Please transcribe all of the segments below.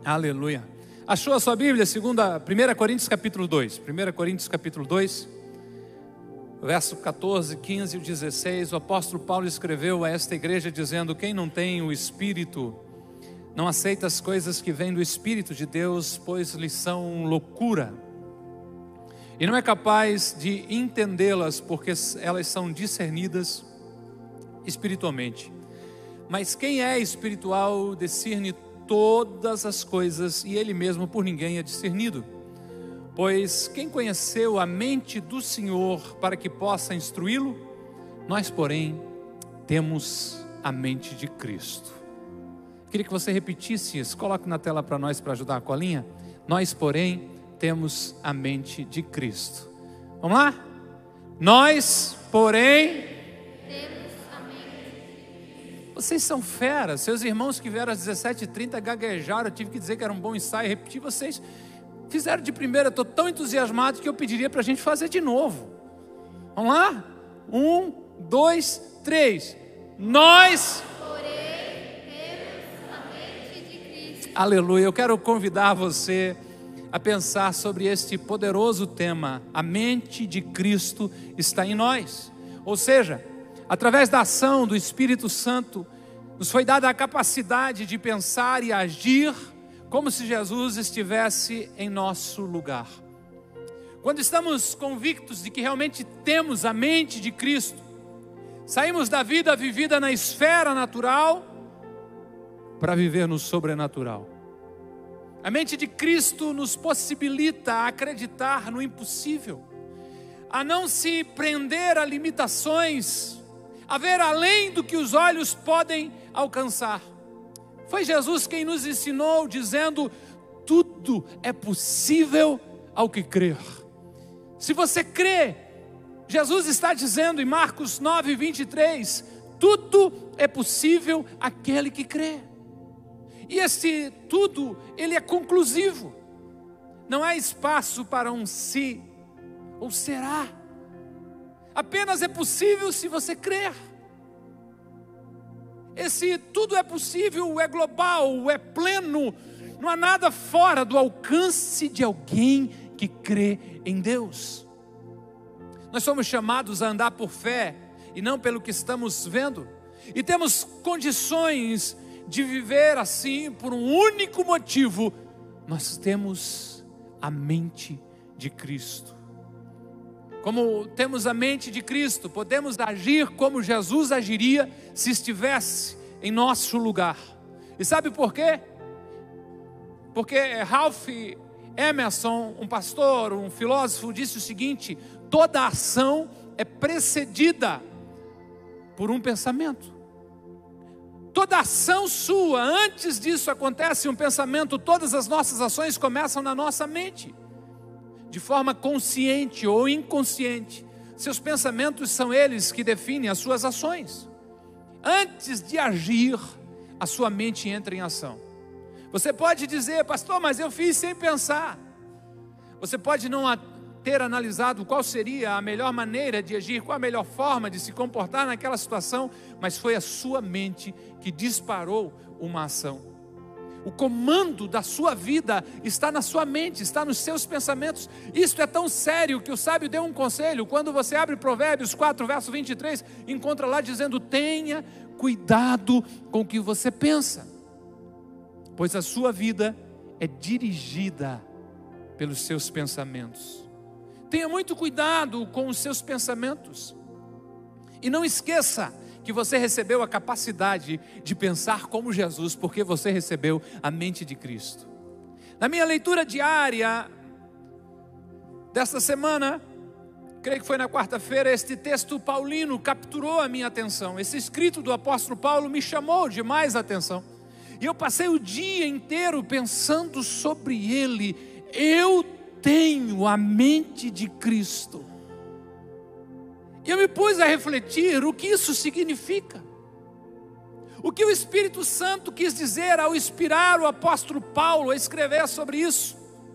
Aleluia. Achou a sua Bíblia? 1 Coríntios capítulo 2. 1 Coríntios capítulo 2, verso 14, 15 e 16. O apóstolo Paulo escreveu a esta igreja dizendo: quem não tem o Espírito não aceita as coisas que vêm do Espírito de Deus, pois lhes são loucura, e não é capaz de entendê-las, porque elas são discernidas espiritualmente. Mas quem é espiritual discerne todas as coisas, e ele mesmo por ninguém é discernido. Pois quem conheceu a mente do Senhor para que possa instruí-lo? Nós, porém, temos a mente de Cristo. Queria que você repetisse isso. Coloque na tela para nós, para ajudar a colinha. Nós, porém, temos a mente de Cristo. Vamos lá? Nós, porém, temos a mente. Vocês são feras. Seus irmãos que vieram às 17h30 gaguejaram. Eu tive que dizer que era um bom ensaio, repetir. Vocês fizeram de primeira. Estou tão entusiasmado que eu pediria para a gente fazer de novo. Vamos lá? 1, 2, 3. Nós, porém, temos a mente de Cristo. Aleluia. Eu quero convidar você a pensar sobre este poderoso tema. A mente de Cristo está em nós. Ou seja, através da ação do Espírito Santo, nos foi dada a capacidade de pensar e agir como se Jesus estivesse em nosso lugar. Quando estamos convictos de que realmente temos a mente de Cristo, saímos da vida vivida na esfera natural para viver no sobrenatural. A mente de Cristo nos possibilita acreditar no impossível, a não se prender a limitações, a ver além do que os olhos podem alcançar. Foi Jesus quem nos ensinou dizendo: tudo é possível ao que crer. Se você crê, Jesus está dizendo em Marcos 9, 23, tudo é possível àquele que crê. E esse tudo, ele é conclusivo. Não há espaço para um se ou será. Apenas é possível se você crer. Esse tudo é possível, é global, é pleno. Não há nada fora do alcance de alguém que crê em Deus. Nós somos chamados a andar por fé e não pelo que estamos vendo. E temos condições de viver assim por um único motivo: nós temos a mente de Cristo. Como temos a mente de Cristo, podemos agir como Jesus agiria se estivesse em nosso lugar. E sabe por quê? Porque Ralph Emerson, um pastor, um filósofo, disse o seguinte: toda ação é precedida por um pensamento. Toda ação sua, antes disso acontece um pensamento. Todas as nossas ações começam na nossa mente, de forma consciente ou inconsciente. Seus pensamentos são eles que definem as suas ações. Antes de agir, a sua mente entra em ação. Você pode dizer: pastor, mas eu fiz sem pensar. Você pode não ter analisado qual seria a melhor maneira de agir, qual a melhor forma de se comportar naquela situação, mas foi a sua mente que disparou uma ação. O comando da sua vida está na sua mente, está nos seus pensamentos. Isto é tão sério que o sábio deu um conselho. Quando você abre Provérbios 4, verso 23, encontra lá dizendo: tenha cuidado com o que você pensa, pois a sua vida é dirigida pelos seus pensamentos. Tenha muito cuidado com os seus pensamentos. E não esqueça que você recebeu a capacidade de pensar como Jesus, porque você recebeu a mente de Cristo. Na minha leitura diária desta semana, creio que foi na quarta-feira, este texto paulino capturou a minha atenção. Esse escrito do apóstolo Paulo me chamou demais a atenção. E eu passei o dia inteiro pensando sobre ele. Eu tenho a mente de Cristo. E eu me pus a refletir o que isso significa. O que o Espírito Santo quis dizer ao inspirar o apóstolo Paulo a escrever sobre isso.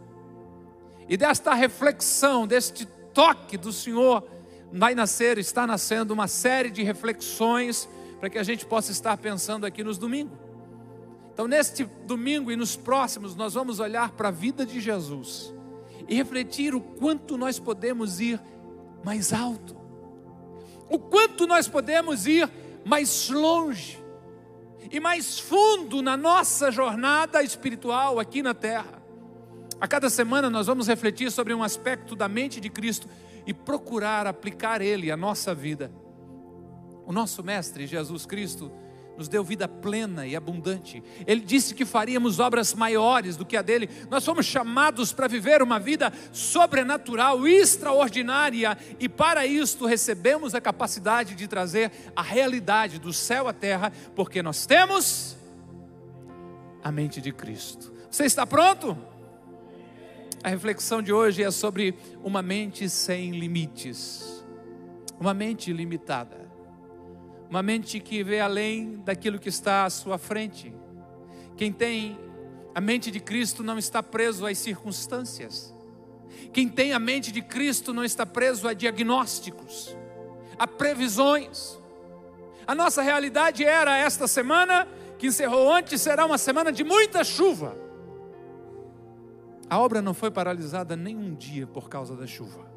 E desta reflexão, deste toque do Senhor, está nascendo uma série de reflexões para que a gente possa estar pensando aqui nos domingos. Então, neste domingo e nos próximos, nós vamos olhar para a vida de Jesus e refletir o quanto nós podemos ir mais alto, o quanto nós podemos ir mais longe e mais fundo na nossa jornada espiritual aqui na terra. A cada semana nós vamos refletir sobre um aspecto da mente de Cristo e procurar aplicar ele à nossa vida. O nosso Mestre Jesus Cristo nos deu vida plena e abundante. Ele disse que faríamos obras maiores do que a dele. Nós fomos chamados para viver uma vida sobrenatural, extraordinária, e para isto recebemos a capacidade de trazer a realidade do céu à terra, porque nós temos a mente de Cristo. Você está pronto? A reflexão de hoje é sobre uma mente sem limites, uma mente ilimitada. Uma mente que vê além daquilo que está à sua frente. Quem tem a mente de Cristo não está preso às circunstâncias. Quem tem a mente de Cristo não está preso a diagnósticos, a previsões. A nossa realidade era esta semana, que encerrou ontem, será uma semana de muita chuva. A obra não foi paralisada nem um dia por causa da chuva.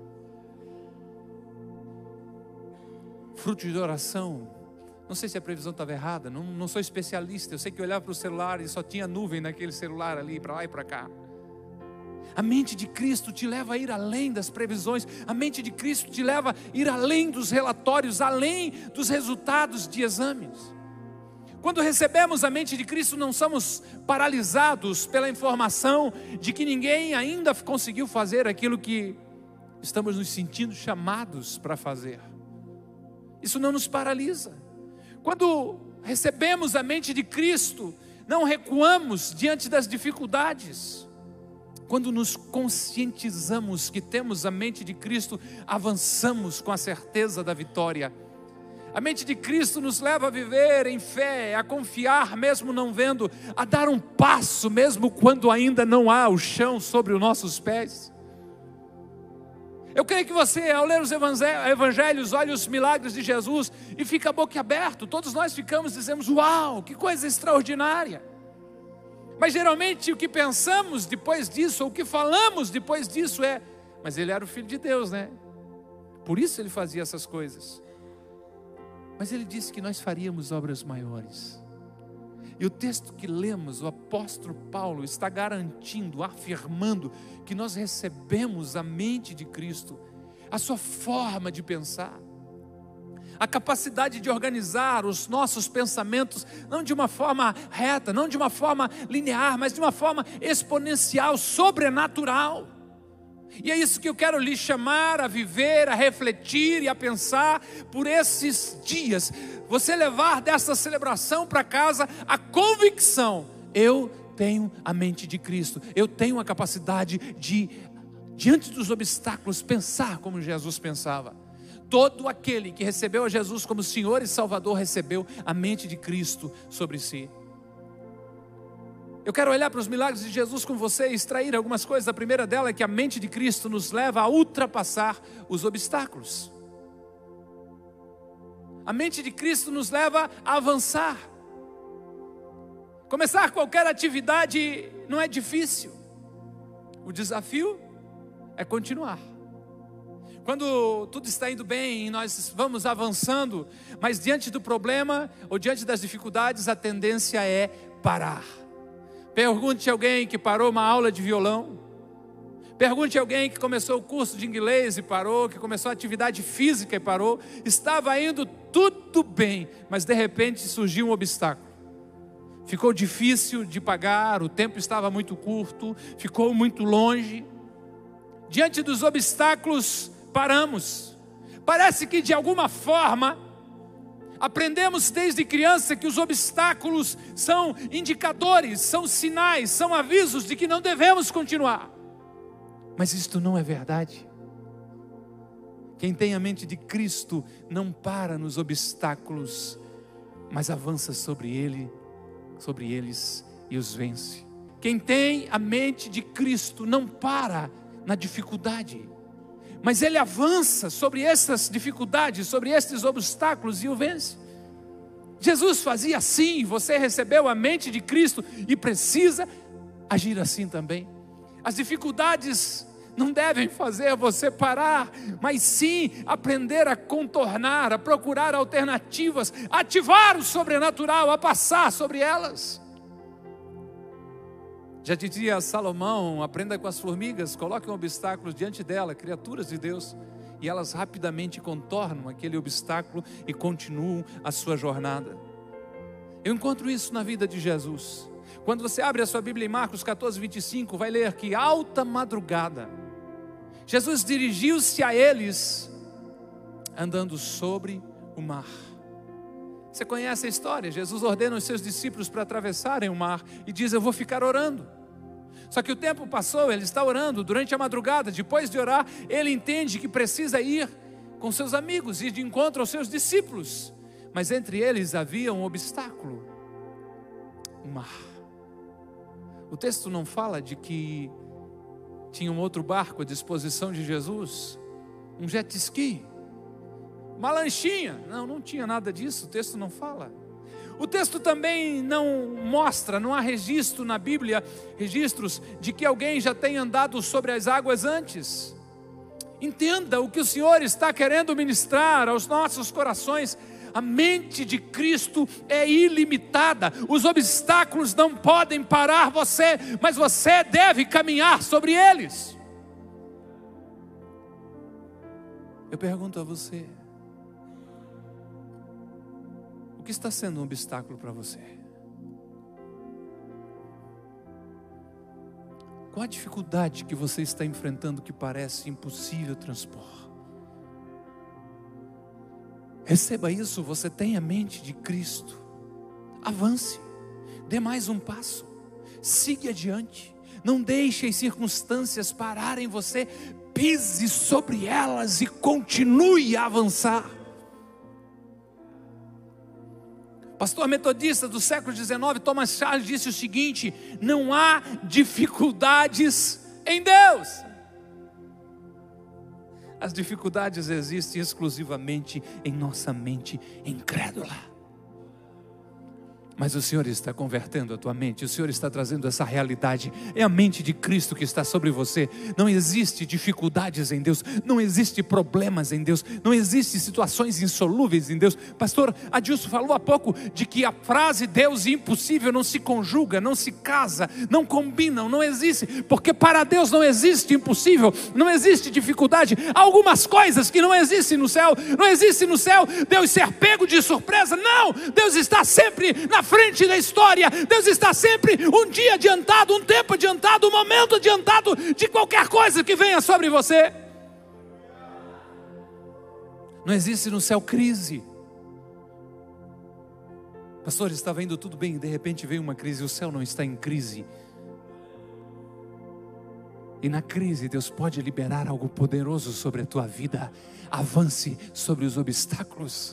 Fruto de oração. Não sei se a previsão estava errada, não sou especialista. Eu sei que eu olhava para o celular e só tinha nuvem naquele celular ali, para lá e para cá. A mente de Cristo te leva a ir além das previsões. A mente de Cristo te leva a ir além dos relatórios, além dos resultados de exames. Quando recebemos a mente de Cristo, não somos paralisados pela informação de que ninguém ainda conseguiu fazer aquilo que estamos nos sentindo chamados para fazer. Isso não nos paralisa. Quando recebemos a mente de Cristo, não recuamos diante das dificuldades. Quando nos conscientizamos que temos a mente de Cristo, avançamos com a certeza da vitória. A mente de Cristo nos leva a viver em fé, a confiar mesmo não vendo, a dar um passo mesmo quando ainda não há o chão sobre os nossos pés. Eu creio que você, ao ler os evangelhos, olha os milagres de Jesus e fica boquiaberto. Todos nós ficamos e dizemos: uau, que coisa extraordinária. Mas geralmente o que pensamos depois disso, ou o que falamos depois disso é: mas ele era o Filho de Deus, né? Por isso ele fazia essas coisas. Mas ele disse que nós faríamos obras maiores. E o texto que lemos, o apóstolo Paulo está garantindo, afirmando que nós recebemos a mente de Cristo, a sua forma de pensar, a capacidade de organizar os nossos pensamentos, não de uma forma reta, não de uma forma linear, mas de uma forma exponencial, sobrenatural. E é isso que eu quero lhe chamar a viver, a refletir e a pensar por esses dias. Você levar dessa celebração para casa a convicção: eu tenho a mente de Cristo, eu tenho a capacidade de, diante dos obstáculos, pensar como Jesus pensava. Todo aquele que recebeu a Jesus como Senhor e Salvador recebeu a mente de Cristo sobre si. Eu quero olhar para os milagres de Jesus com você e extrair algumas coisas. A primeira dela é que a mente de Cristo nos leva a ultrapassar os obstáculos. A mente de Cristo nos leva a avançar. Começar qualquer atividade não é difícil. O desafio é continuar. Quando tudo está indo bem e nós vamos avançando, mas diante do problema ou diante das dificuldades, a tendência é parar. Pergunte a alguém que parou uma aula de violão. Pergunte a alguém que começou o curso de inglês e parou, que começou a atividade física e parou. Estava indo tudo bem, mas de repente surgiu um obstáculo. Ficou difícil de pagar, o tempo estava muito curto, ficou muito longe. Diante dos obstáculos, paramos. Parece que de alguma forma aprendemos desde criança que os obstáculos são indicadores, são sinais, são avisos de que não devemos continuar. Mas isto não é verdade. Quem tem a mente de Cristo não para nos obstáculos, mas avança sobre eles e os vence. Quem tem a mente de Cristo não para na dificuldade, mas ele avança sobre essas dificuldades, sobre esses obstáculos e o vence. Jesus fazia assim, você recebeu a mente de Cristo e precisa agir assim também. As dificuldades não devem fazer você parar, mas sim aprender a contornar, a procurar alternativas, a ativar o sobrenatural, a passar sobre elas. Já dizia Salomão: aprenda com as formigas, coloque um obstáculo diante dela, criaturas de Deus, e elas rapidamente contornam aquele obstáculo e continuam a sua jornada. Eu encontro isso na vida de Jesus. Quando você abre a sua Bíblia em Marcos 14, 25, vai ler que alta madrugada, Jesus dirigiu-se a eles andando sobre o mar. Você conhece a história? Jesus ordena os seus discípulos para atravessarem o mar e diz: eu vou ficar orando. Só que o tempo passou, ele está orando durante a madrugada. Depois de orar, ele entende que precisa ir com seus amigos, ir de encontro aos seus discípulos. Mas entre eles havia um obstáculo: o mar. O texto não fala de que tinha um outro barco à disposição de Jesus, um jet ski, uma lanchinha. Não tinha nada disso, o texto não fala. O texto também não mostra, não há registro na Bíblia, registros de que alguém já tenha andado sobre as águas antes. Entenda o que o Senhor está querendo ministrar aos nossos corações. A mente de Cristo é ilimitada. Os obstáculos não podem parar você, mas você deve caminhar sobre eles. Eu pergunto a você: o que está sendo um obstáculo para você? Qual a dificuldade que você está enfrentando que parece impossível transpor? Receba isso, você tem a mente de Cristo. Avance, dê mais um passo, siga adiante. Não deixe as circunstâncias pararem você. Pise sobre elas e continue a avançar. Pastor metodista do século XIX, Thomas Charles, disse o seguinte: não há dificuldades em Deus. As dificuldades existem exclusivamente em nossa mente incrédula. Mas o Senhor está convertendo a tua mente, o Senhor está trazendo essa realidade. É a mente de Cristo que está sobre você. Não existe dificuldades em Deus, não existe problemas em Deus, não existe situações insolúveis em Deus. Pastor Adilson falou há pouco de que a frase Deus impossível não se conjuga, não se casa, não combinam, não existe, porque para Deus não existe impossível, não existe dificuldade. Há algumas coisas que não existem no céu. Não existe no céu Deus ser pego de surpresa. Não, Deus está sempre na frente da história. Deus está sempre um dia adiantado, um tempo adiantado, um momento adiantado de qualquer coisa que venha sobre você. Não existe no céu crise. Pastor, estava indo tudo bem, de repente veio uma crise. O céu não está em crise. E na crise Deus pode liberar algo poderoso sobre a tua vida. Avance sobre os obstáculos.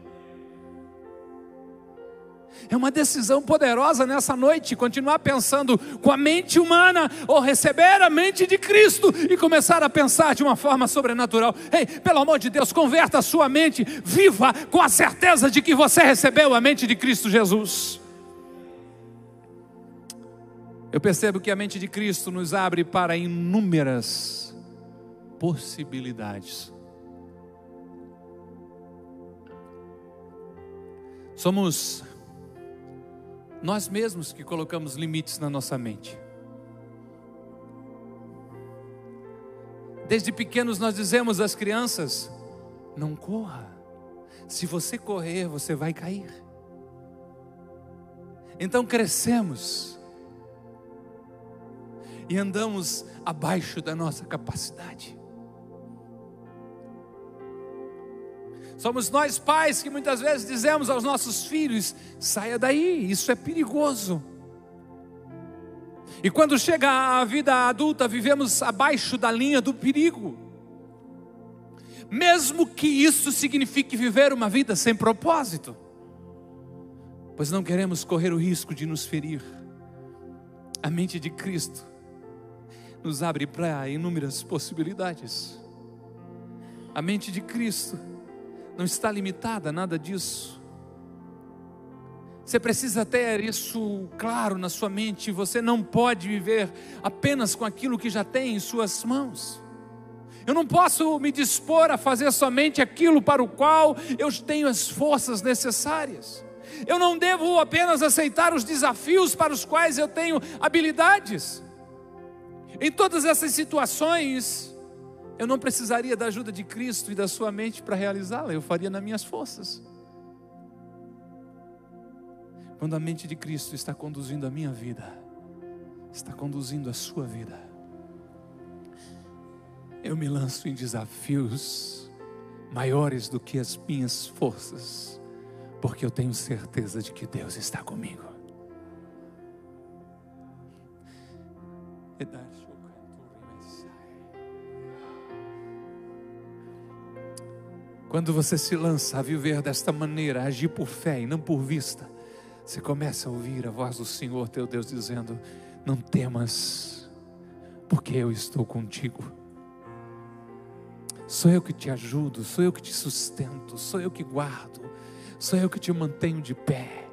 É uma decisão poderosa nessa noite, continuar pensando com a mente humana ou receber a mente de Cristo e começar a pensar de uma forma sobrenatural. Ei, pelo amor de Deus, converta a sua mente, viva com a certeza de que você recebeu a mente de Cristo Jesus. Eu percebo que a mente de Cristo nos abre para inúmeras possibilidades. Somos nós mesmos que colocamos limites na nossa mente. Desde pequenos nós dizemos às crianças: não corra, se você correr você vai cair. Então crescemos e andamos abaixo da nossa capacidade. Somos nós pais que muitas vezes dizemos aos nossos filhos: saia daí, isso é perigoso. E quando chega a vida adulta, vivemos abaixo da linha do perigo. Mesmo que isso signifique viver uma vida sem propósito, pois não queremos correr o risco de nos ferir. A mente de Cristo nos abre para inúmeras possibilidades. A mente de Cristo não está limitada a nada disso. Você precisa ter isso claro na sua mente. Você não pode viver apenas com aquilo que já tem em suas mãos. Eu não posso me dispor a fazer somente aquilo para o qual eu tenho as forças necessárias. Eu não devo apenas aceitar os desafios para os quais eu tenho habilidades. Em todas essas situações, eu não precisaria da ajuda de Cristo e da sua mente para realizá-la. Eu faria nas minhas forças. Quando a mente de Cristo está conduzindo a minha vida, está conduzindo a sua vida, eu me lanço em desafios maiores do que as minhas forças, porque eu tenho certeza de que Deus está comigo. Quando você se lança a viver desta maneira, a agir por fé e não por vista, você começa a ouvir a voz do Senhor teu Deus dizendo: não temas, porque eu estou contigo. Sou eu que te ajudo, sou eu que te sustento, sou eu que guardo, sou eu que te mantenho de pé.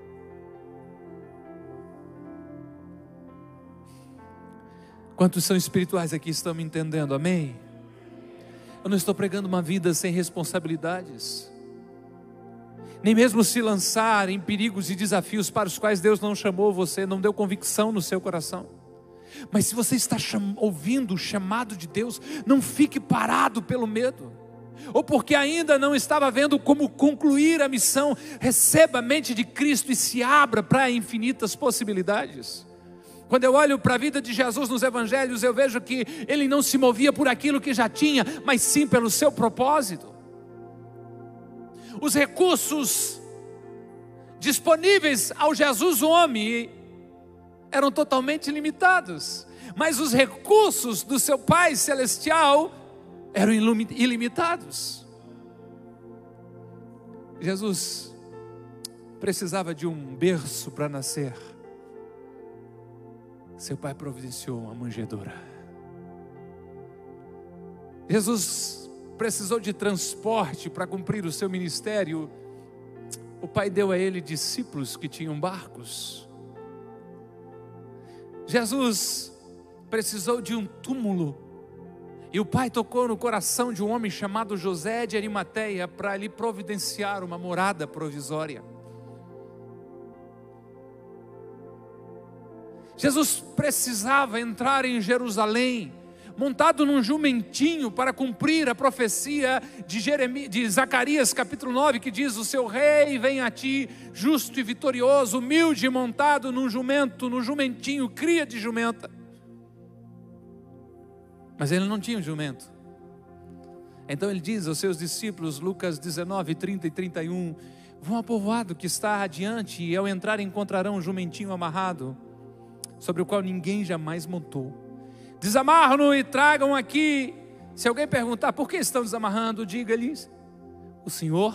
Quantos são espirituais aqui estão me entendendo? Amém? Eu não estou pregando uma vida sem responsabilidades, nem mesmo se lançar em perigos e desafios para os quais Deus não chamou você, não deu convicção no seu coração. Mas se você está ouvindo o chamado de Deus, não fique parado pelo medo, ou porque ainda não estava vendo como concluir a missão. Receba a mente de Cristo e se abra para infinitas possibilidades. Quando eu olho para a vida de Jesus nos evangelhos, eu vejo que ele não se movia por aquilo que já tinha, mas sim pelo seu propósito. Os recursos disponíveis ao Jesus homem eram totalmente limitados, mas os recursos do seu Pai Celestial eram ilimitados. Jesus precisava de um berço para nascer. Seu pai providenciou uma manjedoura. Jesus precisou de transporte para cumprir o seu ministério. O pai deu a ele discípulos que tinham barcos. Jesus precisou de um túmulo, e o pai tocou no coração de um homem chamado José de Arimateia para lhe providenciar uma morada provisória. Jesus precisava entrar em Jerusalém montado num jumentinho para cumprir a profecia de Zacarias capítulo 9, que diz: o seu rei vem a ti, justo e vitorioso, humilde, montado num jumento, num jumentinho, cria de jumenta. Mas ele não tinha um jumento. Então ele diz aos seus discípulos, Lucas 19, 30 e 31, vão ao povoado que está adiante, e ao entrar encontrarão um jumentinho amarrado, sobre o qual ninguém jamais montou. Desamarram-no e tragam aqui. Se alguém perguntar por que estão desamarrando, diga-lhes: o Senhor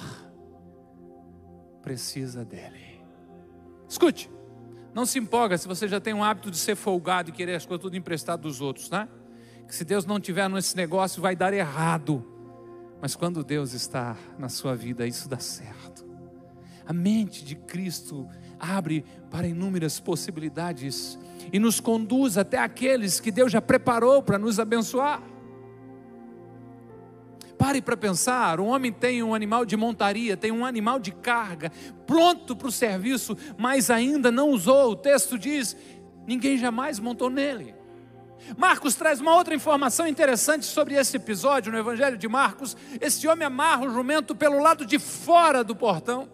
precisa dele. Escute, não se empolga se você já tem um hábito de ser folgado e querer as coisas tudo emprestado dos outros, né? Que se Deus não estiver nesse negócio vai dar errado. Mas quando Deus está na sua vida, isso dá certo. A mente de Cristo abre para inúmeras possibilidades e nos conduz até aqueles que Deus já preparou para nos abençoar. Pare para pensar, um homem tem um animal de montaria, tem um animal de carga, pronto para o serviço, mas ainda não usou. O texto diz, ninguém jamais montou nele. Marcos traz uma outra informação interessante sobre esse episódio no Evangelho de Marcos. Esse homem amarra o jumento pelo lado de fora do portão.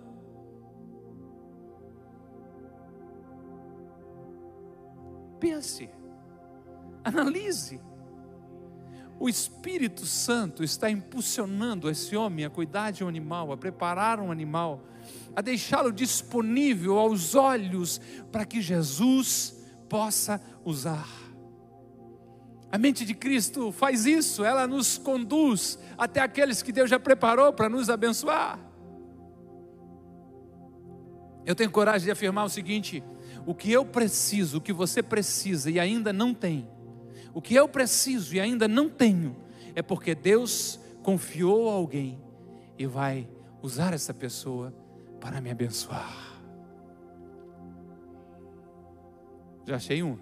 Pense, analise. O Espírito Santo está impulsionando esse homem a cuidar de um animal, a preparar um animal, a deixá-lo disponível aos olhos para que Jesus possa usar. A mente de Cristo faz isso, ela nos conduz até aqueles que Deus já preparou para nos abençoar. Eu tenho coragem de afirmar o seguinte: o que eu preciso, o que você precisa e ainda não tem, o que eu preciso e ainda não tenho, é porque Deus confiou a alguém e vai usar essa pessoa para me abençoar. Já achei um.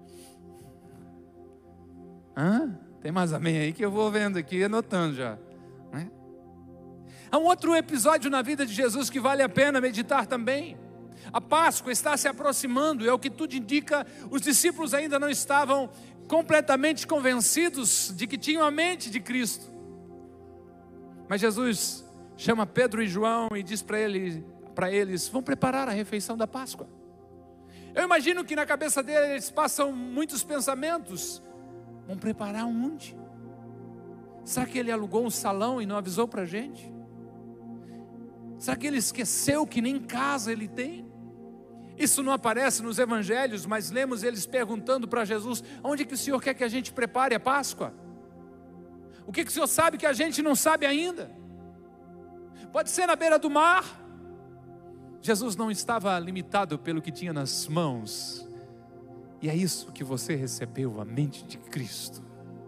Tem mais amém aí que eu vou vendo aqui, anotando já. Há um outro episódio na vida de Jesus que vale a pena meditar também. A Páscoa está se aproximando, e é o que tudo indica, os discípulos ainda não estavam completamente convencidos de que tinham a mente de Cristo. Mas Jesus chama Pedro e João e diz para eles, vão preparar a refeição da Páscoa. Eu imagino que na cabeça deles passam muitos pensamentos. Vão preparar onde? Será que ele alugou um salão e não avisou para a gente? Será que ele esqueceu que nem casa ele tem? Isso não aparece nos evangelhos, mas lemos eles perguntando para Jesus, onde que o Senhor quer que a gente prepare a Páscoa? O que o Senhor sabe que a gente não sabe ainda? Pode ser na beira do mar. Jesus não estava limitado pelo que tinha nas mãos. E é isso que você recebeu, a mente de Cristo.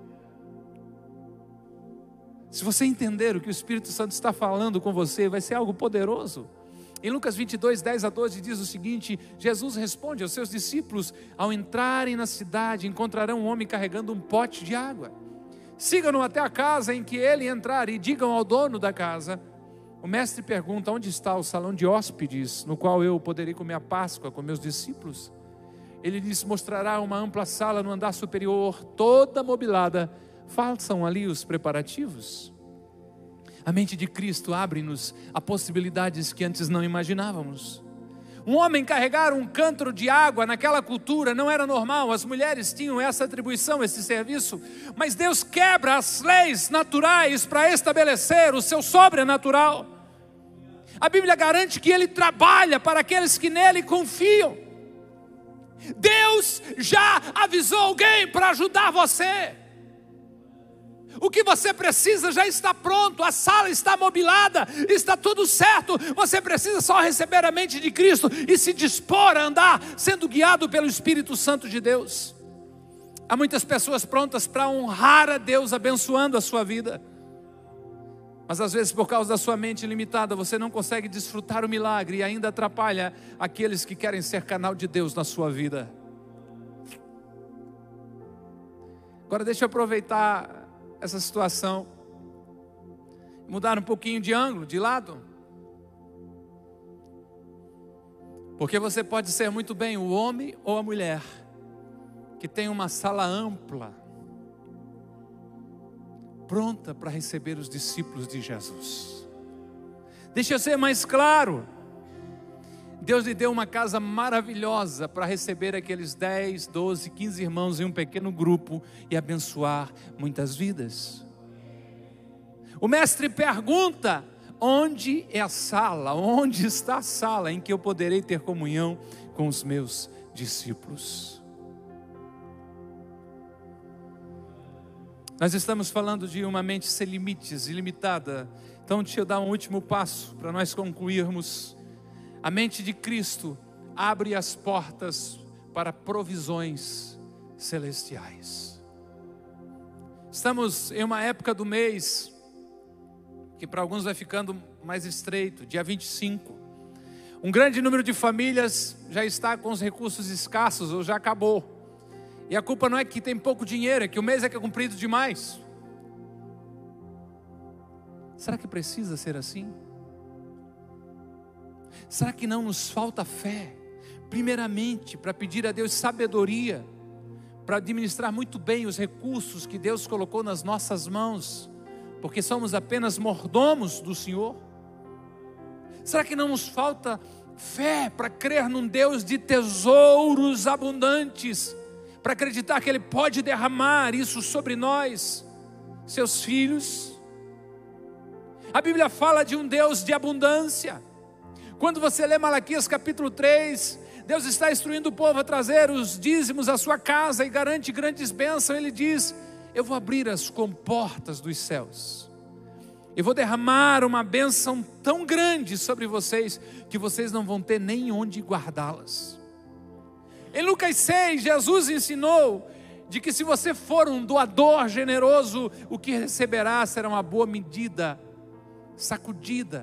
Se você entender o que o Espírito Santo está falando com você, vai ser algo poderoso. Em Lucas 22, 10 a 12 diz o seguinte, Jesus responde aos seus discípulos, ao entrarem na cidade, encontrarão um homem carregando um pote de água. Sigam-no até a casa em que ele entrar e digam ao dono da casa, o mestre pergunta, onde está o salão de hóspedes, no qual eu poderei comer a Páscoa com meus discípulos? Ele lhes mostrará uma ampla sala no andar superior, toda mobilada, façam ali os preparativos. A mente de Cristo abre-nos a possibilidades que antes não imaginávamos. Um homem carregar um cântaro de água naquela cultura não era normal, as mulheres tinham essa atribuição, esse serviço, mas Deus quebra as leis naturais para estabelecer o seu sobrenatural. A Bíblia garante que Ele trabalha para aqueles que nele confiam. Deus já avisou alguém para ajudar você. O que você precisa já está pronto, a sala está mobilada, está tudo certo. Você precisa só receber a mente de Cristo e se dispor a andar, sendo guiado pelo Espírito Santo de Deus. Há muitas pessoas prontas para honrar a Deus, abençoando a sua vida. Mas às vezes, por causa da sua mente limitada, você não consegue desfrutar o milagre e ainda atrapalha aqueles que querem ser canal de Deus na sua vida. Agora deixa eu aproveitar essa situação, mudar um pouquinho de ângulo, de lado, porque você pode ser muito bem o homem ou a mulher que tem uma sala ampla, pronta para receber os discípulos de Jesus. Deixa eu ser mais claro, Deus lhe deu uma casa maravilhosa para receber aqueles 10, 12, 15 irmãos em um pequeno grupo e abençoar muitas vidas. O mestre pergunta, onde é a sala? Onde está a sala em que eu poderei ter comunhão com os meus discípulos? Nós estamos falando de uma mente sem limites, ilimitada. Então deixa eu dar um último passo para nós concluirmos. A mente de Cristo abre as portas para provisões celestiais. Estamos em uma época do mês que para alguns vai ficando mais estreito, dia 25. Um grande número de famílias já está com os recursos escassos ou já acabou. E a culpa não é que tem pouco dinheiro, é que o mês é comprido demais. Será que precisa ser assim? Será que não nos falta fé? Primeiramente, para pedir a Deus sabedoria, para administrar muito bem os recursos que Deus colocou nas nossas mãos, porque somos apenas mordomos do Senhor. Será que não nos falta fé para crer num Deus de tesouros abundantes, para acreditar que Ele pode derramar isso sobre nós, seus filhos? A Bíblia fala de um Deus de abundância. Quando você lê Malaquias capítulo 3, Deus está instruindo o povo a trazer os dízimos à sua casa e garante grandes bênçãos. Ele diz, eu vou abrir as comportas dos céus. Eu vou derramar uma bênção tão grande sobre vocês, que vocês não vão ter nem onde guardá-las. Em Lucas 6, Jesus ensinou de que se você for um doador generoso, o que receberá será uma boa medida, sacudida,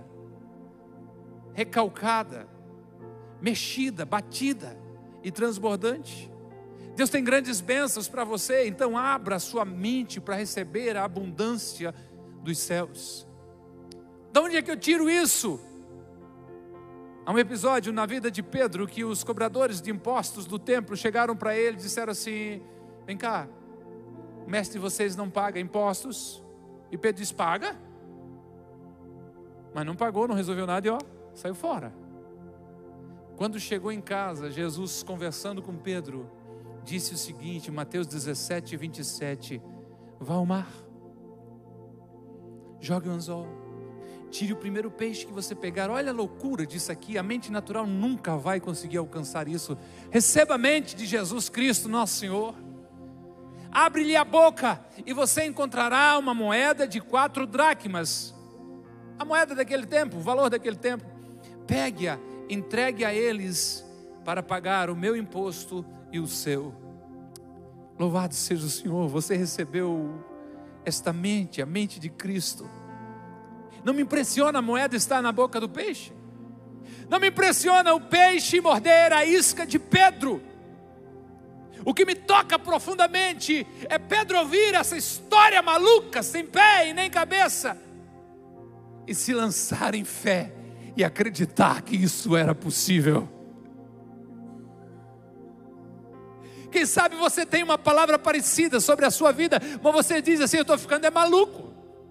recalcada, mexida, batida e transbordante. Deus tem grandes bênçãos para você, então abra a sua mente para receber a abundância dos céus. De onde é que eu tiro isso? Há um episódio na vida de Pedro que os cobradores de impostos do templo chegaram para ele e disseram assim: vem cá, o mestre de vocês não paga impostos? E Pedro disse: paga. Mas não pagou, não resolveu nada e saiu fora. Quando chegou em casa, Jesus, conversando com Pedro, disse o seguinte, Mateus 17, 27, vá ao mar, jogue um anzol, tire o primeiro peixe que você pegar. Olha a loucura disso aqui, a mente natural nunca vai conseguir alcançar isso. Receba a mente de Jesus Cristo, nosso Senhor. Abre-lhe a boca e você encontrará uma moeda de 4 dracmas. A moeda daquele tempo, o valor daquele tempo. Pegue-a, entregue a eles para pagar o meu imposto e o seu. Louvado seja o Senhor, você recebeu esta mente, a mente de Cristo. Não me impressiona a moeda estar na boca do peixe. Não me impressiona o peixe morder a isca de Pedro. O que me toca profundamente é Pedro ouvir essa história maluca, sem pé e nem cabeça, e se lançar em fé e acreditar que isso era possível. Quem sabe você tem uma palavra parecida sobre a sua vida, mas você diz assim: eu estou ficando maluco.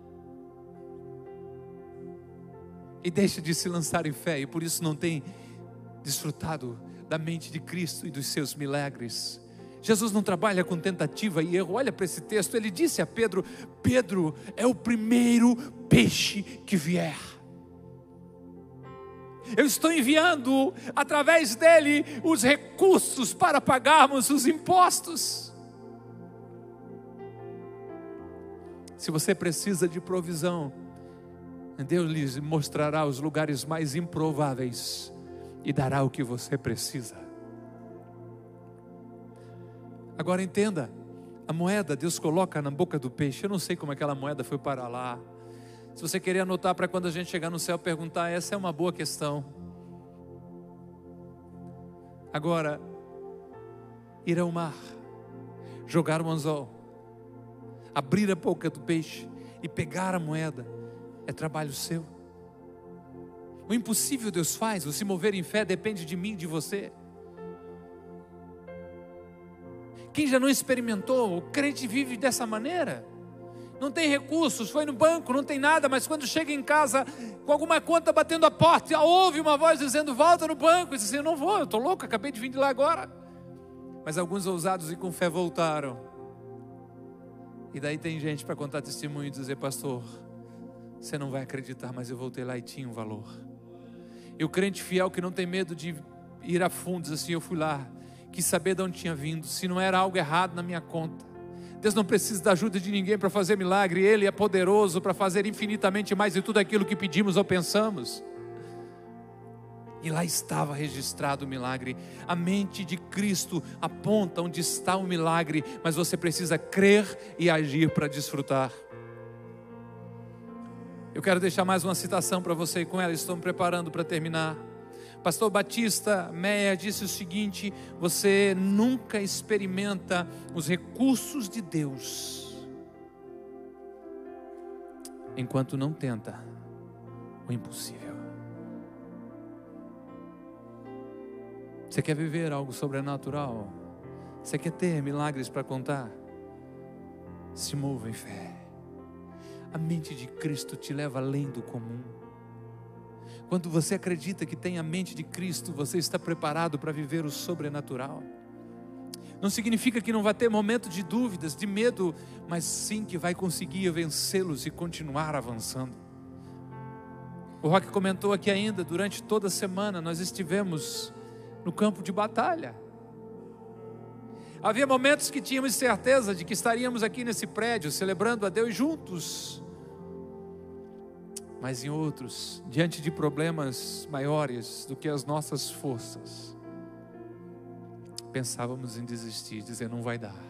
E deixa de se lançar em fé, e por isso não tem desfrutado da mente de Cristo e dos seus milagres. Jesus não trabalha com tentativa e erro. Olha para esse texto, ele disse a Pedro: Pedro é o primeiro peixe que vier. Eu estou enviando através dele os recursos para pagarmos os impostos. Se você precisa de provisão, Deus lhes mostrará os lugares mais improváveis e dará o que você precisa. Agora entenda, a moeda Deus coloca na boca do peixe. Eu não sei como aquela moeda foi parar lá. Se você querer anotar para quando a gente chegar no céu perguntar, essa é uma boa questão. Agora, ir ao mar, jogar um anzol, abrir a boca do peixe e pegar a moeda, é trabalho seu. O impossível Deus faz, o se mover em fé depende de mim e de você. Quem já não experimentou, o crente vive dessa maneira. Não tem recursos, foi no banco, não tem nada, mas quando chega em casa, com alguma conta batendo a porta, ouve uma voz dizendo: volta no banco. E diz assim: eu não vou, eu estou louco, acabei de vir de lá agora. Mas alguns ousados e com fé voltaram. E daí tem gente para contar testemunho e dizer: pastor, você não vai acreditar, mas eu voltei lá e tinha um valor. E o crente fiel que não tem medo de ir a fundo, diz assim: eu fui lá, quis saber de onde tinha vindo, se não era algo errado na minha conta. Deus não precisa da ajuda de ninguém para fazer milagre, Ele é poderoso para fazer infinitamente mais de tudo aquilo que pedimos ou pensamos. E lá estava registrado o milagre. A mente de Cristo aponta onde está o milagre, mas você precisa crer e agir para desfrutar. Eu quero deixar mais uma citação para você, e com ela estou me preparando para terminar. Pastor Batista Meia disse o seguinte: você nunca experimenta os recursos de Deus enquanto não tenta o impossível. Você quer viver algo sobrenatural? Você quer ter milagres para contar? Se mova em fé. A mente de Cristo te leva além do comum. Quando você acredita que tem a mente de Cristo, você está preparado para viver o sobrenatural. Não significa que não vai ter momento de dúvidas, de medo, mas sim que vai conseguir vencê-los e continuar avançando. O Roque comentou aqui ainda, durante toda a semana nós estivemos no campo de batalha. Havia momentos que tínhamos certeza de que estaríamos aqui nesse prédio, celebrando a Deus juntos. Mas em outros, diante de problemas maiores do que as nossas forças, pensávamos em desistir, dizer: não vai dar.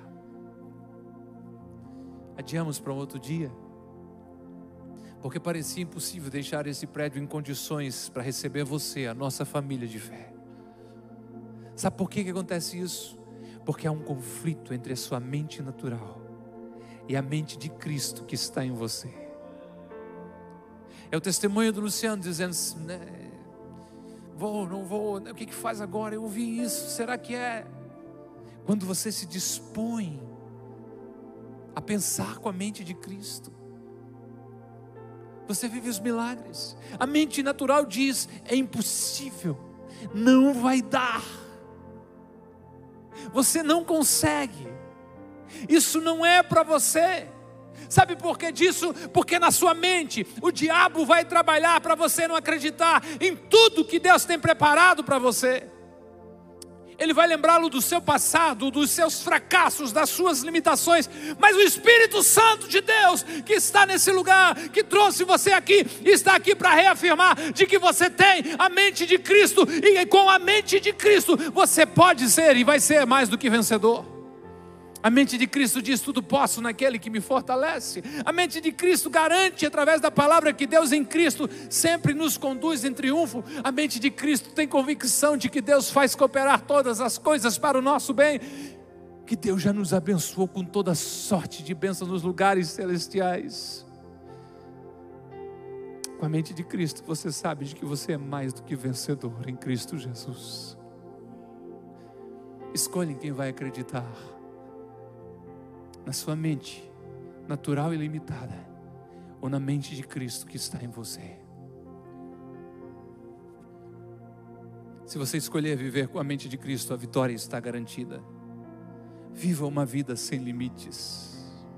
Adiamos para um outro dia, porque parecia impossível deixar esse prédio em condições para receber você, a nossa família de fé. Sabe por que acontece isso? Porque há um conflito entre a sua mente natural e a mente de Cristo que está em você. É o testemunho do Luciano dizendo, né, vou, não vou, o que faz agora? Eu ouvi isso, será que é? Quando você se dispõe a pensar com a mente de Cristo, você vive os milagres. A mente natural diz, é impossível, não vai dar, você não consegue, isso não é para você. Sabe por que disso? Porque na sua mente o diabo vai trabalhar para você não acreditar em tudo que Deus tem preparado para você. Ele vai lembrá-lo do seu passado, dos seus fracassos, das suas limitações. Mas o Espírito Santo de Deus, que está nesse lugar, que trouxe você aqui, está aqui para reafirmar de que você tem a mente de Cristo. E com a mente de Cristo, você pode ser e vai ser mais do que vencedor. A mente de Cristo diz, tudo posso naquele que me fortalece. A mente de Cristo garante, através da palavra, que Deus em Cristo sempre nos conduz em triunfo. A mente de Cristo tem convicção de que Deus faz cooperar todas as coisas para o nosso bem. Que Deus já nos abençoou com toda sorte de bênçãos nos lugares celestiais. Com a mente de Cristo, você sabe de que você é mais do que vencedor em Cristo Jesus. Escolha em quem vai acreditar. Na sua mente natural e limitada, ou na mente de Cristo que está em você. Se você escolher viver com a mente de Cristo, a vitória está garantida. Viva uma vida sem limites.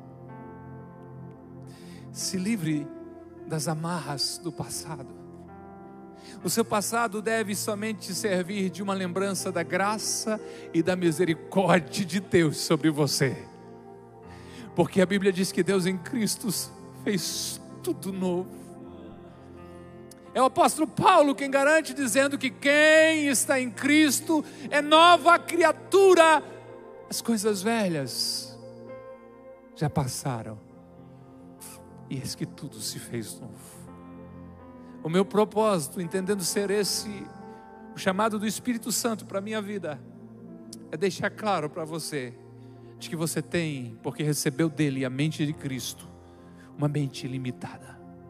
Se livre das amarras do passado. O seu passado deve somente servir de uma lembrança da graça e da misericórdia de Deus sobre você. Porque a Bíblia diz que Deus em Cristo fez tudo novo. É o apóstolo Paulo quem garante, dizendo que quem está em Cristo é nova criatura. As coisas velhas já passaram, e eis que tudo se fez novo. O meu propósito, entendendo ser esse o chamado do Espírito Santo para a minha vida, é deixar claro para você de que você tem, porque recebeu dele a mente de Cristo, uma mente limitada.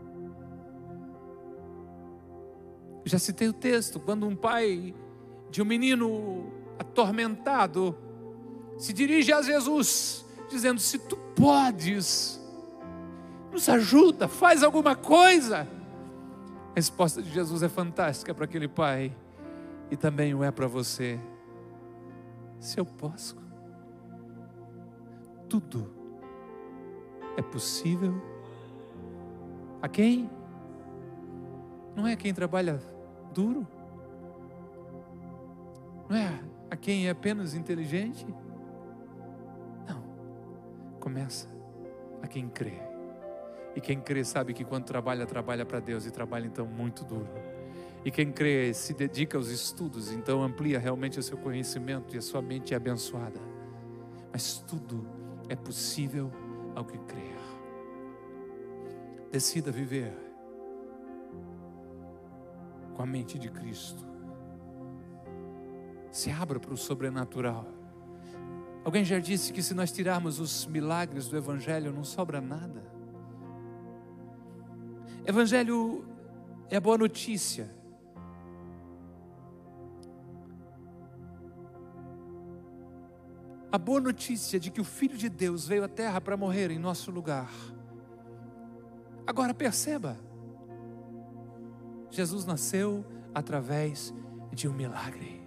Eu já citei o texto, quando um pai de um menino atormentado se dirige a Jesus, dizendo, se tu podes, nos ajuda, faz alguma coisa. A resposta de Jesus é fantástica para aquele pai, e também o é para você. Se eu posso, tudo é possível. A quem? Não é quem trabalha duro? Não é a quem é apenas inteligente? Não. Começa a quem crê. E quem crê sabe que quando trabalha, trabalha para Deus, e trabalha então muito duro. E quem crê se dedica aos estudos, então amplia realmente o seu conhecimento, e a sua mente é abençoada. Mas tudo é possível ao que crer. Decida viver com a mente de Cristo. Se abra para o sobrenatural. Alguém já disse que se nós tirarmos os milagres do Evangelho, não sobra nada. Evangelho é a boa notícia. A boa notícia de que o Filho de Deus veio à terra para morrer em nosso lugar. Agora perceba, Jesus nasceu através de um milagre.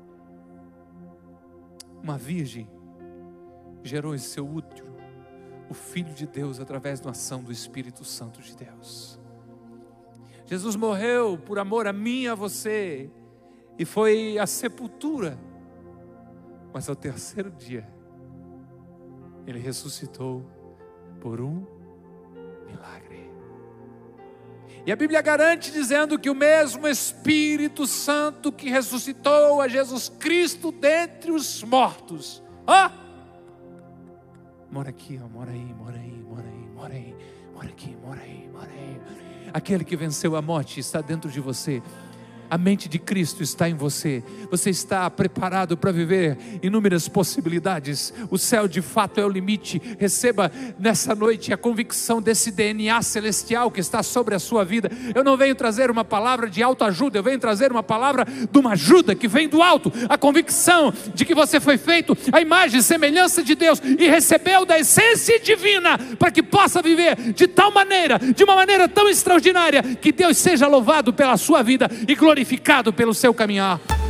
Uma virgem gerou em seu útero o Filho de Deus através da ação do Espírito Santo de Deus. Jesus morreu por amor a mim e a você, e foi à sepultura. Mas ao terceiro dia, Ele ressuscitou por um milagre. E a Bíblia garante dizendo que o mesmo Espírito Santo que ressuscitou a Jesus Cristo dentre os mortos, mora aqui, mora aí, mora aí, mora aí, mora aí, mora aqui, mora aí, mora aí. Aquele que venceu a morte está dentro de você. a mente de Cristo está em você. Você está preparado para viver inúmeras possibilidades. O céu de fato é o limite. Receba nessa noite a convicção desse DNA celestial que está sobre a sua vida. Eu não venho trazer uma palavra de autoajuda, eu venho trazer uma palavra de uma ajuda que vem do alto. A convicção de que você foi feito à imagem e semelhança de Deus e recebeu da essência divina para que possa viver de tal maneira, de uma maneira tão extraordinária, que Deus seja louvado pela sua vida e glorificado pelo seu caminhar.